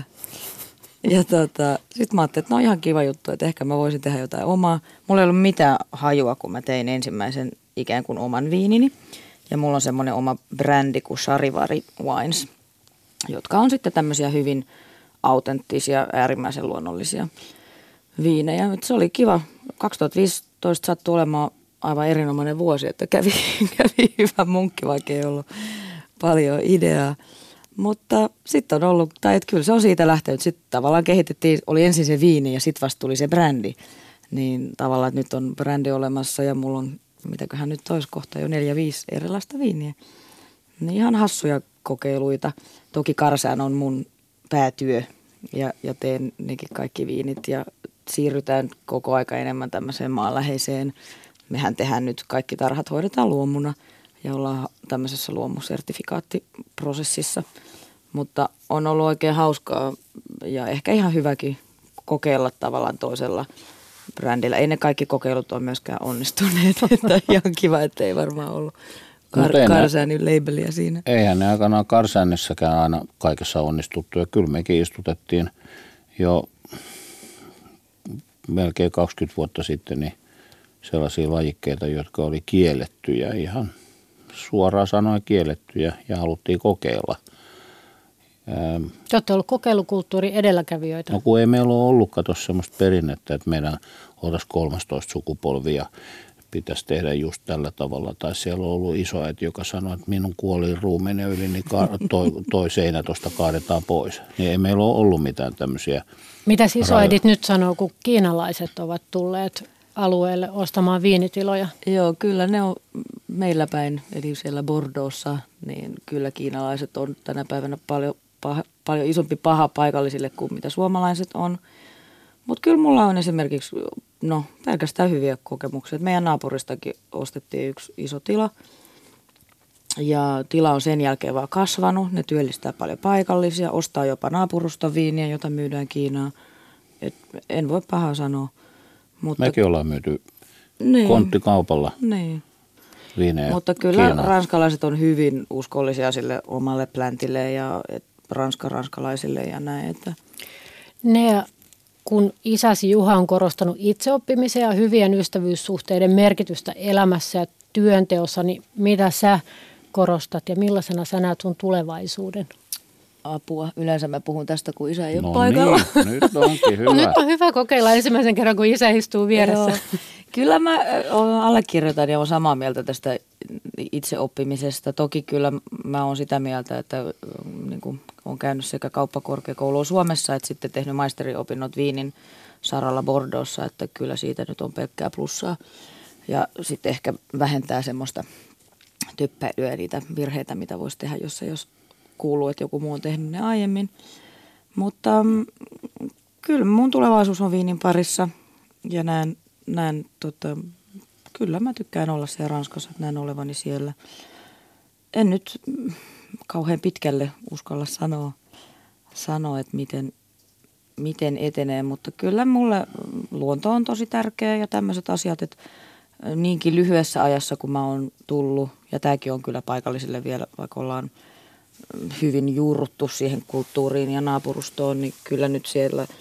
Ja tota, sitten mä ajattelin, että no ihan kiva juttu, että ehkä mä voisin tehdä jotain omaa. Mulla ei ollut mitään hajua, kun mä tein ensimmäisen ikään kuin oman viinini. Ja mulla on semmoinen oma brändi kuin Charivari Wines, jotka on sitten tämmöisiä hyvin autenttisia, äärimmäisen luonnollisia viinejä. Et se oli kiva. kaksituhattaviisitoista sattui olemaan aivan erinomainen vuosi, että kävi, kävi hyvä munkki, vaikka ei ollut paljon ideaa. Mutta sitten on ollut, tai että kyllä se on siitä lähtenyt. Sitten tavallaan kehitettiin, oli ensin se viini ja sitten vasta tuli se brändi. Niin tavallaan, että nyt on brändi olemassa ja mulla on, mitäköhän nyt olisi kohta jo neljä, viisi erilaista viiniä. Niin ihan hassuja kokeiluita. Toki Karsään on mun päätyö ja, ja teen nekin kaikki viinit ja siirrytään koko aika enemmän tämmöiseen maanläheiseen. Mehän tehdään nyt, kaikki tarhat hoidetaan luomuna ja ollaan tämmöisessä luomusertifikaattiprosessissa. Mutta on ollut oikein hauskaa ja ehkä ihan hyväkin kokeilla tavallaan toisella brändillä. Ei ne kaikki kokeilut ole myöskään onnistuneet, että ihan kiva, että ei varmaan ollut kar- Karsäänin labeliä siinä. Eihän ne aikanaan Karsäänissäkään aina kaikessa onnistuttu ja kyllä mekin istutettiin jo melkein kaksikymmentä vuotta sitten niin sellaisia lajikkeita, jotka oli kiellettyjä, ihan suoraan sanoen kiellettyjä ja haluttiin kokeilla. Te olette ollut kokeilukulttuurin edelläkävijöitä. No kun ei meillä ole ollut, kato semmoista perinnettä, että meidän oltaisiin kolmastoista sukupolvia pitäisi tehdä just tällä tavalla. Tai siellä on ollut isoäiti, joka sanoi, että minun kuoliin ruumiini yli, niin toi, toi seinä tuosta kaadetaan pois. Niin ei meillä ole ollut mitään tämmöisiä. Mitäs isoäidit nyt sanoo, kun kiinalaiset ovat tulleet alueelle ostamaan viinitiloja? Joo, kyllä ne on meillä päin, eli siellä Bordeauxssa, niin kyllä kiinalaiset on tänä päivänä paljon, paha, paljon isompi paha paikallisille kuin mitä suomalaiset on. Mutta kyllä mulla on esimerkiksi, no pelkästään hyviä kokemuksia. Meidän naapuristakin ostettiin yksi iso tila ja tila on sen jälkeen vaan kasvanut. Ne työllistää paljon paikallisia, ostaa jopa naapurusta viiniä, jota myydään Kiinaan. Et en voi pahaa sanoa. Mutta mekin ollaan myyty niin, konttikaupalla niin. viinejä Mutta kyllä Kiinaan. ranskalaiset on hyvin uskollisia sille omalle pläntille ja et, ranska ranskalaisille ja näin. Että. Ne, kun isäsi Juha on korostanut itseoppimisen ja hyvien ystävyyssuhteiden merkitystä elämässä ja työnteossa, niin mitä sä korostat ja millaisena sä näet sun tulevaisuuden? Apua. Yleensä mä puhun tästä, kun isä ei ole No paikalla. niin, nyt onkin hyvä. Nyt on hyvä kokeilla ensimmäisen kerran, kun isä istuu vieressä. Joo. Kyllä mä allekirjoitan ja olen samaa mieltä tästä itseoppimisesta. Toki kyllä mä oon sitä mieltä, että niin kuin olen käynyt sekä kauppakorkeakoulua Suomessa että sitten tehnyt maisteriopinnot viinin saralla Bordeauxssa, että kyllä siitä nyt on pelkkää plussaa. Ja sitten ehkä vähentää semmoista töppäilyä ja niitä virheitä, mitä voisi tehdä, jos se jos kuuluu, että joku muu on tehnyt ne aiemmin. Mutta mm, kyllä mun tulevaisuus on viinin parissa ja näen, näen tota, kyllä mä tykkään olla siellä Ranskassa, että näen olevani siellä. En nyt kauhean pitkälle uskalla sanoa, sanoa että miten, miten etenee, mutta kyllä mulle luonto on tosi tärkeä ja tämmöiset asiat, että niinkin lyhyessä ajassa, kun mä oon tullut, ja tämäkin on kyllä paikallisille vielä, vaikka ollaan hyvin juurruttu siihen kulttuuriin ja naapurustoon, niin kyllä nyt siellä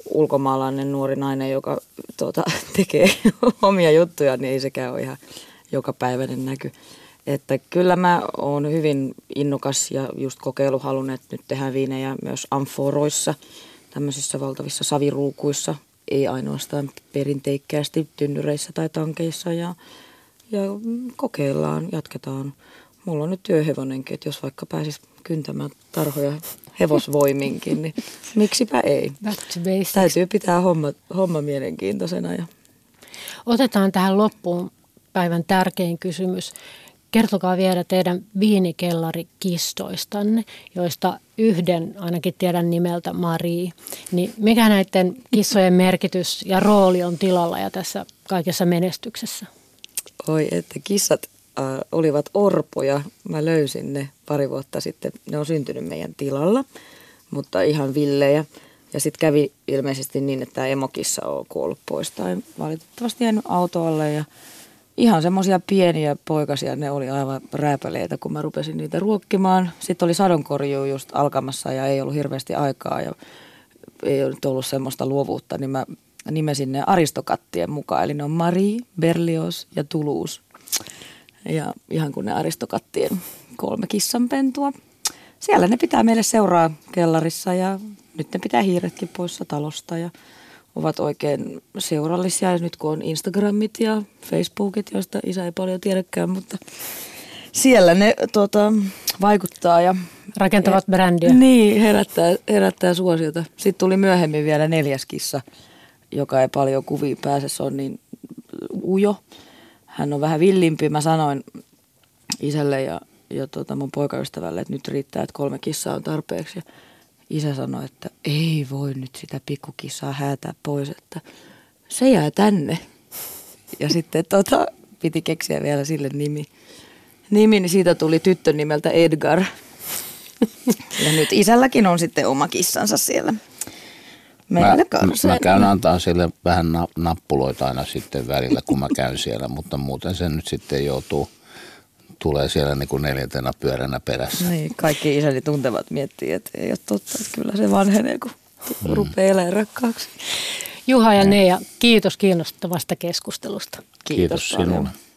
ulkomaalainen nuori nainen, joka tuota, tekee omia juttuja, niin ei sekään ole ihan jokapäiväinen näky. Että kyllä mä oon hyvin innokas ja just kokeiluhalunen, että nyt tehdään viinejä myös amforoissa, tämmöisissä valtavissa saviruukuissa, ei ainoastaan perinteikkäästi tynnyreissä tai tankeissa ja, ja kokeillaan, jatketaan. Mulla on nyt työhevonenkin, että jos vaikka pääsis kyntämään tarhoja hevosvoiminkin, niin miksipä ei. Täytyy pitää homma, homma mielenkiintoisena. Ja. Otetaan tähän loppuun päivän tärkein kysymys. Kertokaa vielä teidän viinikellarikistoistanne, joista yhden ainakin tiedän nimeltä Marie. Niin mikä näiden kissojen merkitys ja rooli on tilalla ja tässä kaikessa menestyksessä? Oi, että kissat äh, olivat orpoja. Mä löysin ne pari vuotta sitten. Ne on syntynyt meidän tilalla, mutta ihan villejä. Ja sitten kävi ilmeisesti niin, että tämä emokissa on kuollut pois tai valitettavasti jäänyt autoalle ja ihan semmoisia pieniä poikasia, ne oli aivan rääpäleitä, kun mä rupesin niitä ruokkimaan. Sitten oli sadonkorjuu just alkamassa ja ei ollut hirveästi aikaa ja ei nyt ollut semmoista luovuutta, niin mä nimesin ne aristokattien mukaan. Eli ne on Marie, Berlioz ja Toulouse. Ja ihan kuin ne aristokattien kolme kissanpentua. Siellä ne pitää meille seuraa kellarissa ja nyt ne pitää hiiretkin poissa talosta ja ovat oikein seurallisia. Ja nyt kun on Instagramit ja Facebookit, joista isä ei paljon tiedäkään, mutta siellä ne tuota, vaikuttaa. Ja rakentavat brändiä. Niin, herättää, herättää suosiota. Sitten tuli myöhemmin vielä neljäs kissa, joka ei paljon kuvia pääse, se on niin ujo. Hän on vähän villimpi. Mä sanoin isälle ja, ja tota mun poikaystävälle, että nyt riittää, että kolme kissaa on tarpeeksi. Ja isä sanoi, että ei voi nyt sitä pikkukissaa häätää pois, että se jää tänne. Ja sitten tota, piti keksiä vielä sille nimi. Nimi, niin siitä tuli tyttön nimeltä Edgar. Ja nyt isälläkin on sitten oma kissansa siellä. Meillä kanssa. Mä, mä käyn antaa sille vähän nappuloita aina sitten välillä, kun mä käyn siellä, mutta muuten sen nyt sitten joutuu, tulee siellä niin kuin neljäntenä pyöränä perässä. Niin, kaikki isäni tuntevat miettii, että ei ole totta, että kyllä se vanhenee, kun mm. rupeaa elämään rakkaaksi. Juha ja Neija, kiitos kiinnostavasta keskustelusta. Kiitos, kiitos sinulle.